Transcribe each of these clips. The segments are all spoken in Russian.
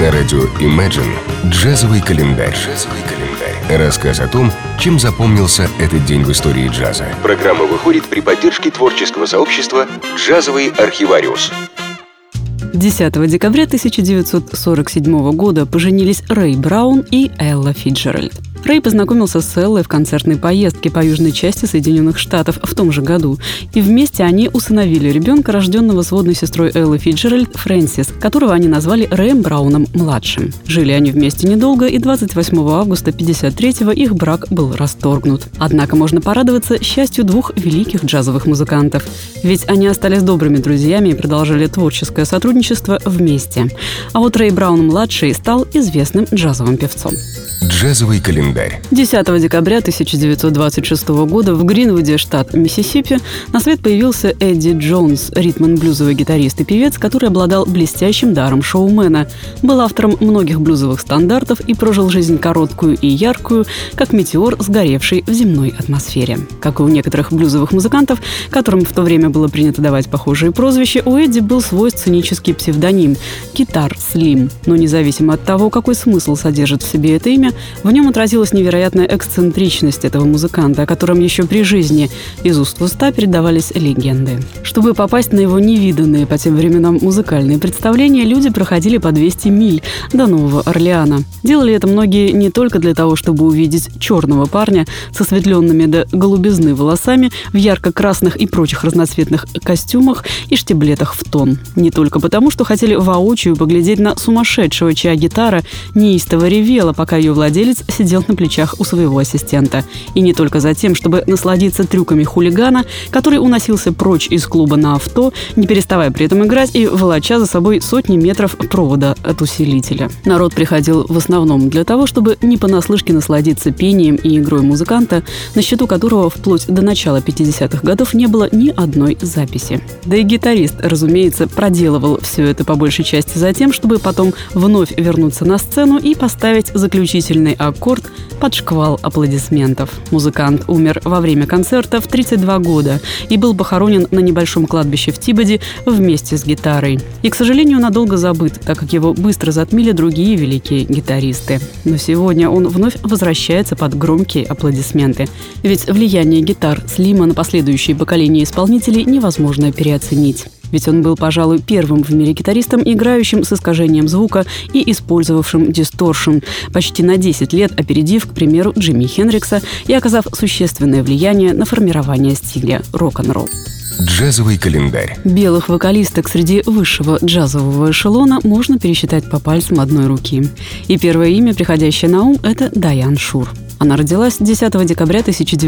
На радио Imagine «Джазовый календарь». Рассказ о том, чем запомнился этот день в истории джаза. Программа выходит при поддержке творческого сообщества «Джазовый архивариус». 10 декабря 1947 года поженились Рэй Браун и Элла Фицджеральд. Рэй познакомился с Эллой в концертной поездке по южной части Соединенных Штатов в том же году, и вместе они усыновили ребенка, рожденного сводной сестрой Эллы Фицджеральд, Фрэнсис, которого они назвали Рэем Брауном-младшим. Жили они вместе недолго, и 28 августа 1953-го их брак был расторгнут. Однако можно порадоваться счастью двух великих джазовых музыкантов, ведь они остались добрыми друзьями и продолжали творческое сотрудничество вместе. А вот Рэй Браун-младший стал известным джазовым певцом. Джазовый календарь. 10 декабря 1926 года в Гринвуде, штат Миссисипи, на свет появился Эдди Джонс, ритм-н-блюзовый гитарист и певец, который обладал блестящим даром шоумена, был автором многих блюзовых стандартов и прожил жизнь короткую и яркую, как метеор, сгоревший в земной атмосфере. Как и у некоторых блюзовых музыкантов, которым в то время было принято давать похожие прозвища, у Эдди был свой сценический псевдоним – Guitar Slim. Но независимо от того, какой смысл содержит в себе это имя, в нем отразилась невероятная эксцентричность этого музыканта, о котором еще при жизни из уст в уста передавались легенды. Чтобы попасть на его невиданные по тем временам музыкальные представления, люди проходили по 200 миль до Нового Орлеана. Делали это многие не только для того, чтобы увидеть черного парня с осветленными до голубизны волосами, в ярко-красных и прочих разноцветных костюмах и штиблетах в тон. Не только потому, что хотели воочию поглядеть на сумасшедшего, чья гитара неистово ревела, пока ее владелец сидел на плечах у своего ассистента. И не только за тем, чтобы насладиться трюками хулигана, который уносился прочь из клуба на авто, не переставая при этом играть и волоча за собой сотни метров провода от усилителя. Народ приходил в основном для того, чтобы не понаслышке насладиться пением и игрой музыканта, на счету которого вплоть до начала 50-х годов не было ни одной записи. Да и гитарист, разумеется, проделывал все это по большей части за тем, чтобы потом вновь вернуться на сцену и поставить заключительный аккорд под шквал аплодисментов. Музыкант умер во время концерта в 32 года и был похоронен на небольшом кладбище в Тибоди вместе с гитарой. И, к сожалению, надолго забыт, так как его быстро затмили другие великие гитаристы. Но сегодня он вновь возвращается под громкие аплодисменты. Ведь влияние гитар Слима на последующие поколения исполнителей невозможно переоценить. Ведь он был, пожалуй, первым в мире гитаристом, играющим с искажением звука и использовавшим дисторшн, почти на 10 лет опередив, к примеру, Джимми Хендрикса и оказав существенное влияние на формирование стиля рок-н-ролл. Джазовый календарь. Белых вокалисток среди высшего джазового эшелона можно пересчитать по пальцам одной руки. И первое имя, приходящее на ум, это Дайан Шур. Она родилась 10 декабря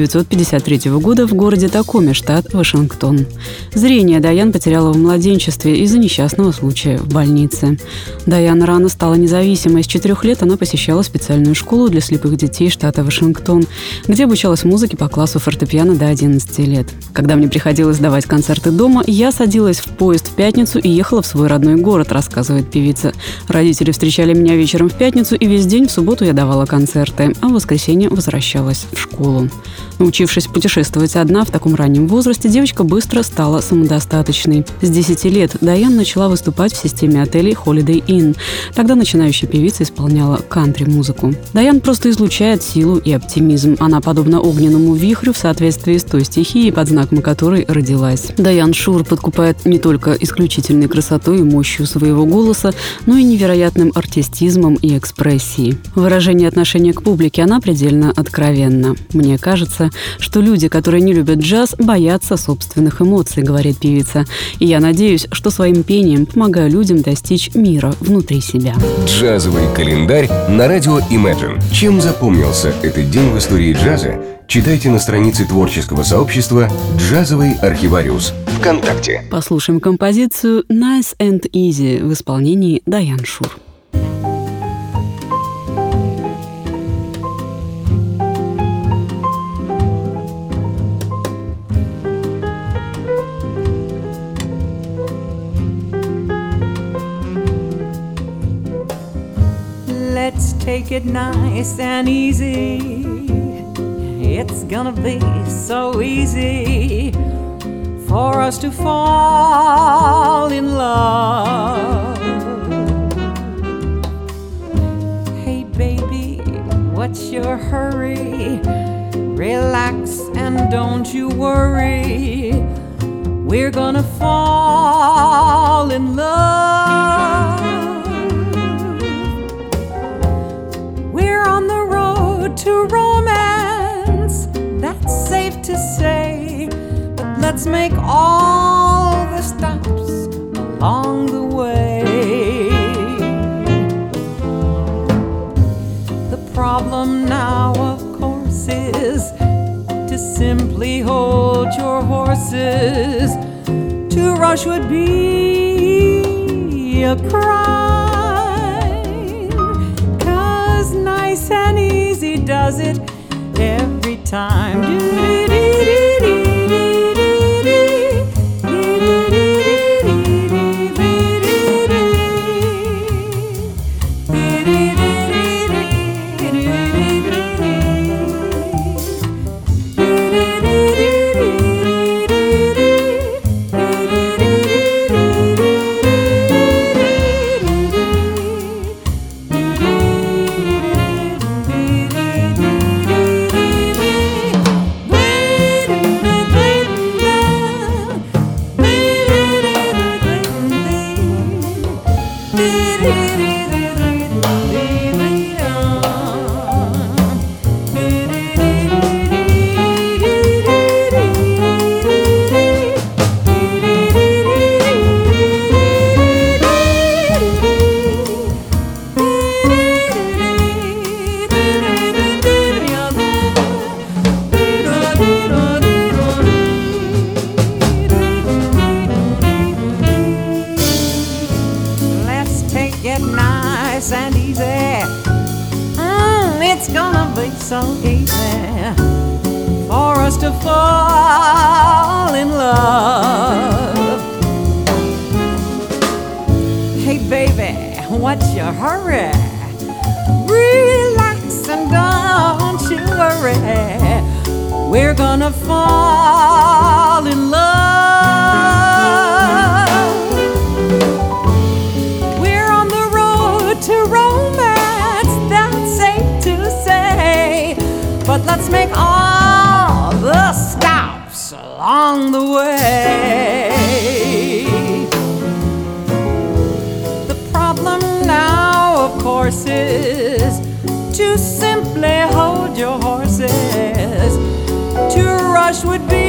1953 года в городе Такоме, штат Вашингтон. Зрение Дайан потеряла в младенчестве из-за несчастного случая в больнице. Дайан рано стала независимой. С 4 лет она посещала специальную школу для слепых детей штата Вашингтон, где обучалась музыке по классу фортепиано до 11 лет. Когда мне приходилось давать концерты дома, я садилась в поезд в пятницу и ехала в свой родной город, рассказывает певица. Родители встречали меня вечером в пятницу, и весь день в субботу я давала концерты, а в воскресенье возвращалась в школу. Научившись путешествовать одна в таком раннем возрасте, девочка быстро стала самодостаточной. С 10 лет Дайан начала выступать в системе отелей Holiday Inn. Тогда начинающая певица исполняла кантри-музыку. Дайан просто излучает силу и оптимизм. Она подобна огненному вихрю в соответствии с той стихией, под знаком которой родилась. Дайан Шур подкупает не только исключительной красотой и мощью своего голоса, но и невероятным артистизмом и экспрессией. В выражении отношения к публике она предельно откровенна. Мне кажется, что люди, которые не любят джаз, боятся собственных эмоций, говорит певица. И я надеюсь, что своим пением помогаю людям достичь мира внутри себя. Джазовый календарь на радио Imagine. Чем запомнился этот день в истории джаза? Читайте на странице творческого сообщества «Джазовый архивариус» ВКонтакте. Послушаем композицию «Nice and Easy» в исполнении Дайан Шур. Let's take it nice and easy. It's gonna be so easy for us to fall in love. don't you worry, we're gonna fall in love. We're on the road to romance, that's safe to say, but let's make all the stops along the way. The problem now, of course, is to simply hold your horses. To rush would be a crime, 'cause nice and easy does it every time. It's gonna be so easy for us to fall in love. Hey baby, what's your hurry? Relax and don't you worry, we're gonna fall in love. We're on the road to romance, that's safe to say, but let's make all the stops along the way. The problem now, of course, is to simply hold your horses. To rush would be